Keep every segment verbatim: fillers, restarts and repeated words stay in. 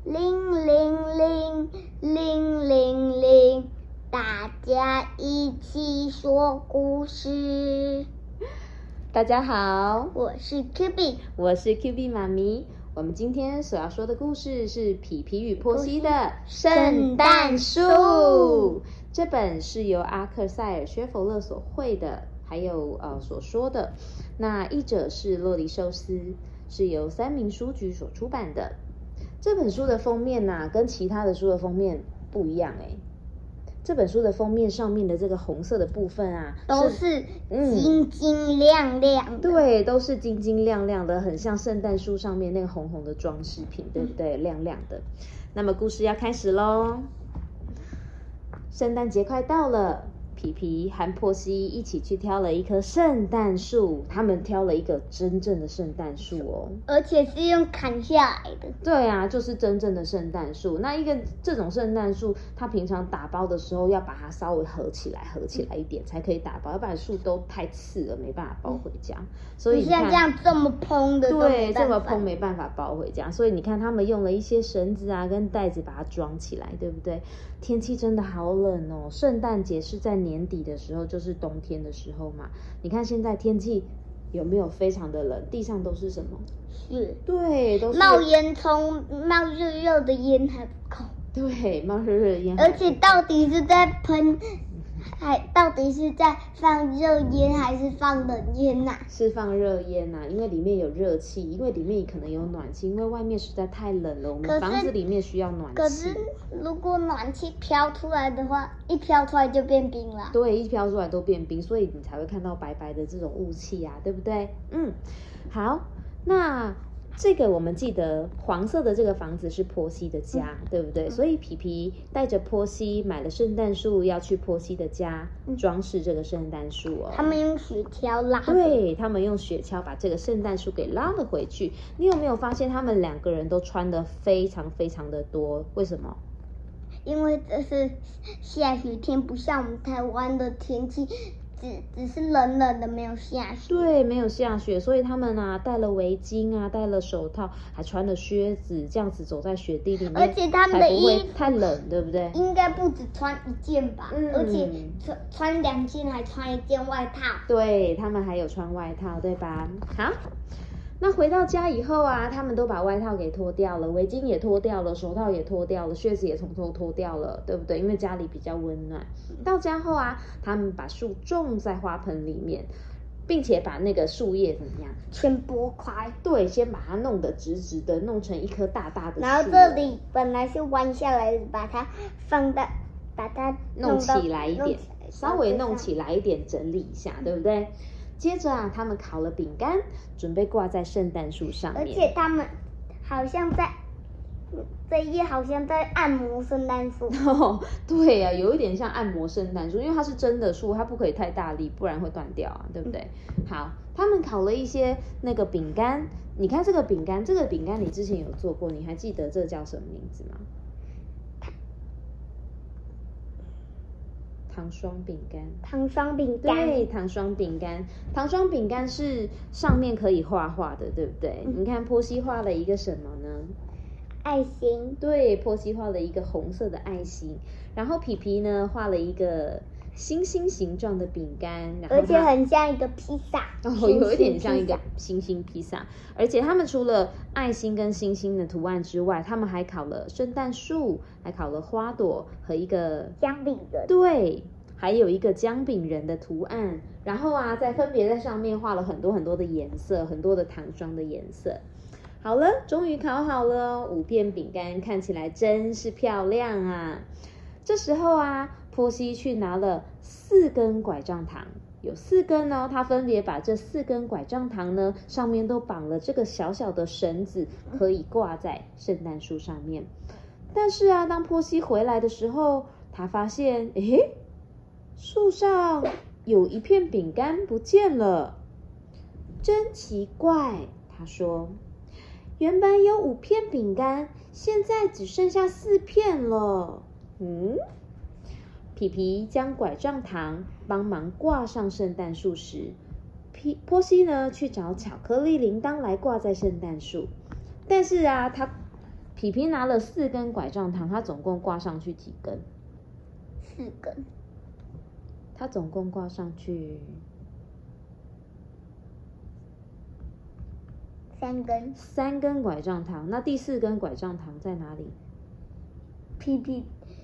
铃铃铃，铃铃铃，大家一起说故事。 大家好， 我是 Q B， 我是 Q B 妈咪。我们今天所要说的故事是皮皮与波西的圣诞树。这本是由阿克塞尔·薛佛勒所绘的，还有呃所说的。那译者是洛黎寿司，是由三民书局所出版的。这本书的封面啊，跟其他的书的封面不一样哎。这本书的封面上面的这个红色的部分啊， 都是晶晶亮亮的、 嗯、对，都是晶晶亮亮的，很像圣诞树上面那个红红的装饰品，对不对？嗯、亮亮的。那么故事要开始咯。圣诞节快到了，皮皮和波西一起去挑了一棵圣诞树，他们挑了一个真正的圣诞树哦， 而且是用砍下来的。 对啊，就是真正的圣诞树。那一个这种圣诞树，它平常打包的时候要把它稍微合起来，合起来一点才可以打包，要不然树都太刺了，没办法包回家。所以你看， 像这样这么蓬的， 对，这么蓬没办法包回家。所以你看，他们用了一些绳子啊跟袋子把它装起来，对不对？天气真的好冷哦，圣诞节是在年底的时候，就是冬天的时候嘛。你看现在天气有没有非常的冷？地上都是什么？ 是， 对，都是冒烟囱，冒热热的烟还不够。 对，冒热热的烟。 而且到底是在喷，还到底是在放热烟还是放冷烟呐、啊？ 是放热烟呐、啊，因为里面有热气，因为里面可能有暖气，因为外面实在太冷了，我们房子里面需要暖气。 可是如果暖气飘出来的话，一飘出来就变冰了。 对，一飘出来都变冰，所以你才会看到白白的这种雾气啊，对不对？嗯，好，那这个我们记得黄色的这个房子是波西的家，嗯、对不对？嗯、所以皮皮带着波西买了圣诞树，要去波西的家、嗯、装饰这个圣诞树哦。 他们用雪橇拉的， 对，他们用雪橇把这个圣诞树给拉了回去。你有没有发现他们两个人都穿的非常非常的多？为什么？ 因为这是下雪天，不像我们台湾的天气。只只是冷冷的，没有下雪。 对，没有下雪，所以他们啊戴了围巾啊，戴了手套，还穿了靴子，这样子走在雪地里面， 而且他们的衣服太冷，对不对？ 应该不止穿一件吧，嗯、而且穿穿两件，还穿一件外套。 对，他们还有穿外套，对吧？好。那回到家以后啊，他们都把外套给脱掉了，围巾也脱掉了，手套也脱掉了，靴子也从头脱掉了，对不对？因为家里比较温暖。到家后啊，他们把树种在花盆里面，并且把那个树叶怎么样？ 全拨开。 对，先把它弄得直直的，弄成一棵大大的树。 然后这里本来是弯下来的，把它放大，把它弄起来一点，稍微弄起来一点，整理一下，对不对？接着啊，他们烤了饼干，准备挂在圣诞树上面。 而且他们好像在这一页好像在按摩圣诞树。 哦，对呀、啊，有一点像按摩圣诞树，因为它是真的树，它不可以太大力，不然会断掉啊，对不对？好，他们烤了一些那个饼干。你看这个饼干，这个饼干你之前有做过，你还记得这叫什么名字吗？糖霜饼干， 糖霜饼干， 对，糖霜饼干，糖霜饼干是上面可以画画的，对不对？嗯、你看波西画了一个什么呢？ 爱心。 对，波西画了一个红色的爱心，然后皮皮呢画了一个星星形状的饼干，然后而且很像一个披萨， 哦，有一点像一个星星披萨。而且他们除了爱心跟星星的图案之外，他们还烤了圣诞树，还烤了花朵和一个姜饼人， 对，还有一个姜饼人的图案。然后啊，再分别在上面画了很多很多的颜色，很多的糖霜的颜色。好了，终于烤好了，五片饼干看起来真是漂亮啊！这时候啊，波西去拿了四根拐杖糖，有四根哦，他分别把这四根拐杖糖呢，上面都绑了这个小小的绳子，可以挂在圣诞树上面。但是啊，当波西回来的时候，他发现，诶，树上有一片饼干不见了，真奇怪，他说。原本有五片饼干，现在只剩下四片了。嗯，皮皮将拐杖糖帮忙挂上圣诞树时，皮波西呢去找巧克力铃铛来挂在圣诞树。但是啊，他皮皮拿了四根拐杖糖，他总共挂上去几根？ 四根。 他总共挂上去三根。 三根拐杖糖，那第四根拐杖糖在哪里？ 皮皮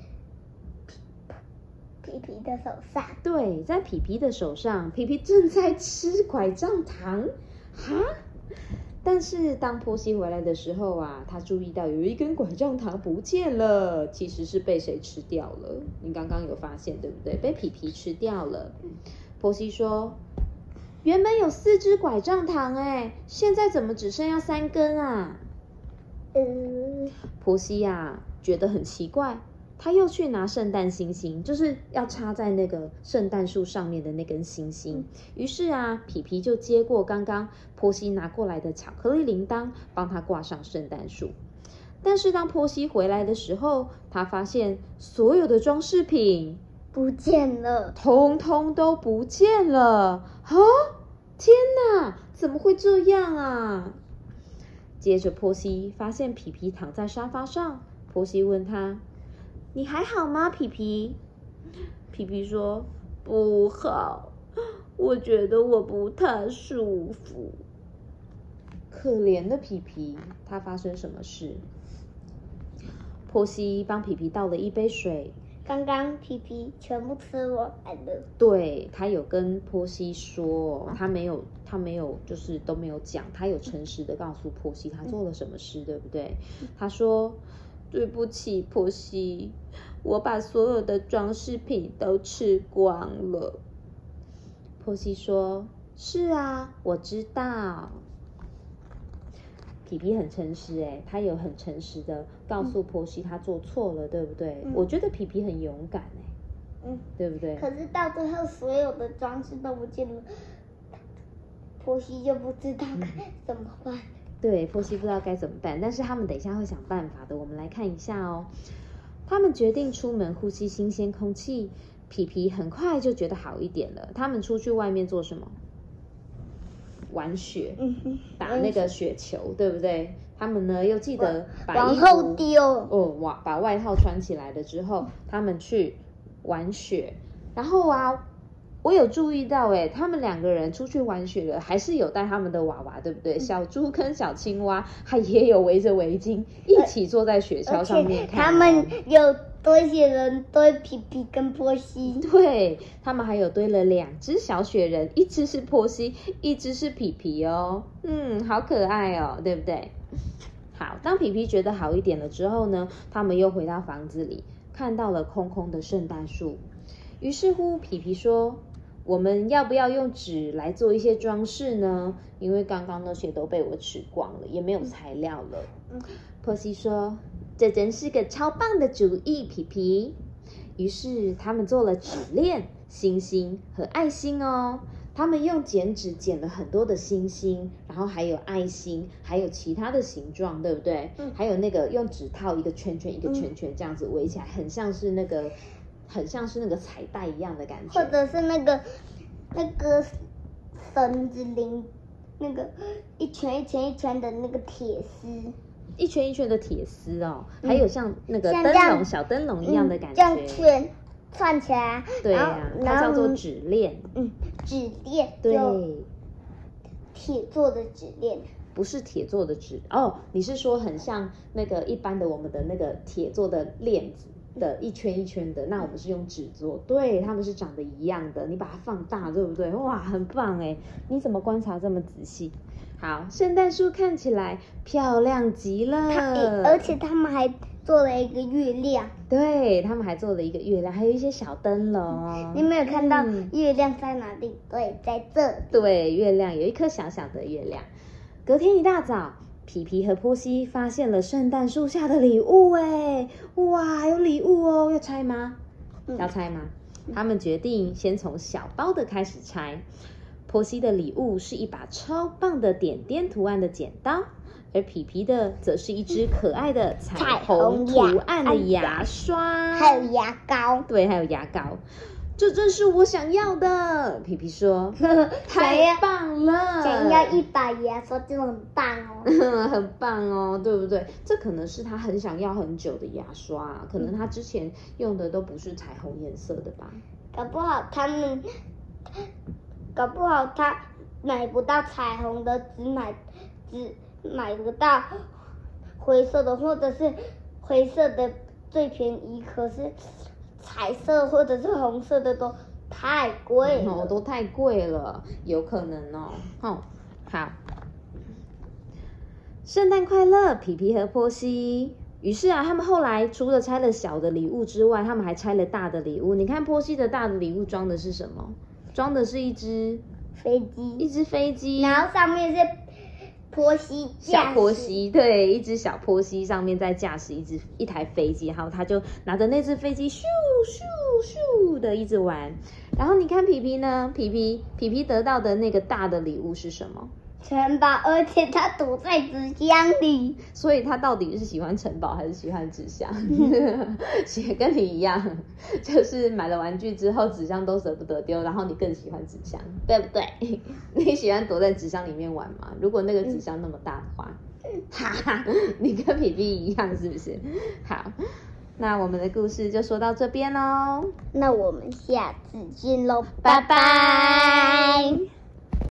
皮皮的手上。 对，在皮皮的手上，皮皮正在吃拐杖糖，哈。但是当波西回来的时候啊，他注意到有一根拐杖糖不见了，其实是被谁吃掉了？你刚刚有发现对不对？被皮皮吃掉了。波西说：“原本有四只拐杖糖，哎，现在怎么只剩下三根啊？” 嗯。 波西啊，觉得很奇怪。他又去拿圣诞星星，就是要插在那个圣诞树上面的那根星星。于是啊，皮皮就接过刚刚波西拿过来的巧克力铃铛，帮他挂上圣诞树。但是当波西回来的时候，他发现所有的装饰品不见了， 通通都不见了。啊！天哪，怎么会这样啊？接着波西发现皮皮躺在沙发上，波西问他：“你还好吗，皮皮？”皮皮说：“不好，我觉得我不太舒服。”可怜的皮皮，他发生什么事？波西帮皮皮倒了一杯水。 刚刚皮皮全部吃完了。 对，他有跟波西说，他没有，他没有，就是都没有讲，他有诚实的告诉波西他做了什么事，对不对？他说：“对不起，波西，我把所有的装饰品都吃光了。”波西说：“是啊，我知道。”皮皮很诚实哎，他有很诚实的告诉波西他做错了，嗯、对不对？嗯、我觉得皮皮很勇敢哎，嗯，对不对？ 可是到最后所有的装饰都不见了，波西就不知道该怎么办。嗯、 对，波西不知道该怎么办，但是他们等一下会想办法的。我们来看一下哦，他们决定出门呼吸新鲜空气。皮皮很快就觉得好一点了。他们出去外面做什么？玩雪，嗯、打那个雪球，对不对？他们呢又记得把衣服往后丢， 哦，哇，把外套穿起来了之后，他们去玩雪。然后啊，我有注意到，哎，他们两个人出去玩雪了，还是有带他们的娃娃，对不对？嗯、小猪跟小青蛙，还也有围着围巾一起坐在雪橇上面看。 他们有堆雪人，堆皮皮跟波西。 对，他们还有堆了两只小雪人，一只是波西，一只是皮皮哦。嗯，好可爱哦，对不对？好，当皮皮觉得好一点了之后呢，他们又回到房子里，看到了空空的圣诞树。于是乎，皮皮说：“我们要不要用纸来做一些装饰呢？因为刚刚那些都被我吃光了，也没有材料了。”嗯，波西说：“这真是个超棒的主意，皮皮。”于是他们做了纸链、星星和爱心哦。他们用剪纸剪了很多的星星，然后还有爱心，还有其他的形状，对不对？嗯。还有那个用纸套一个圈圈一个圈圈这样子围起来，很像是那个，很像是那个彩带一样的感觉。 或者是那个那个绳子铃，那个一圈一圈一圈的那个铁丝。 一圈一圈的铁丝哦，嗯、还有像那个灯笼、小灯笼一样的感觉， 嗯、这样圈串起来， 对呀、啊，它叫做纸链。 嗯，纸链， 对， 铁做的纸链， 不是铁做的纸哦，你是说很像那个一般的我们的那个铁做的链子的一圈一圈的，那我们是用纸做，对，他们是长得一样的，你把它放大，对不对？哇，很棒哎，你怎么观察这么仔细？好，圣诞树看起来漂亮极了， 而且他们还做了一个月亮， 对，他们还做了一个月亮，还有一些小灯笼。 你没有看到月亮在哪里？嗯、对，在这。 对，月亮有一颗小小的月亮。隔天一大早，皮皮和波西发现了圣诞树下的礼物，哎，哇，有礼物哦，要拆吗？嗯、要拆吗？他们决定先从小包的开始拆。波西的礼物是一把超棒的点点图案的剪刀，而皮皮的则是一支可爱的彩虹图案的牙刷， 还有牙膏。 对，还有牙膏。 这正是我想要的。皮皮说，太棒了， 想要一把牙刷就很棒哦， 很棒哦，对不对？这可能是他很想要很久的牙刷、啊，可能他之前用的都不是彩虹颜色的吧？ 搞不好他们，搞不好他买不到彩虹的，只买只买得到灰色的，或者是灰色的最便宜，可是彩色或者是红色的都太贵了， 哦，都太贵了，有可能哦。哦，好，圣诞快乐，皮皮和波西。于是啊，他们后来除了拆了小的礼物之外，他们还拆了大的礼物。你看波西的大的礼物装的是什么？装的是一只飞机， 一只飞机， 然后上面是波西小波西，对，一只小波西上面在驾驶一只一台飞机，然后他就拿着那只飞机咻咻咻的一直玩。然后你看皮皮呢？皮皮皮皮得到的那个大的礼物是什么？ 城堡，而且它躲在纸箱里， 所以他到底是喜欢城堡还是喜欢纸箱？也跟你一样，就是买了玩具之后纸箱都舍不得丢，然后你更喜欢纸箱，对不对？你喜欢躲在纸箱里面玩吗？如果那个纸箱那么大的话，哈哈，你跟皮皮一样是不是？好，那我们的故事就说到这边喽， 那我们下次见喽，拜拜。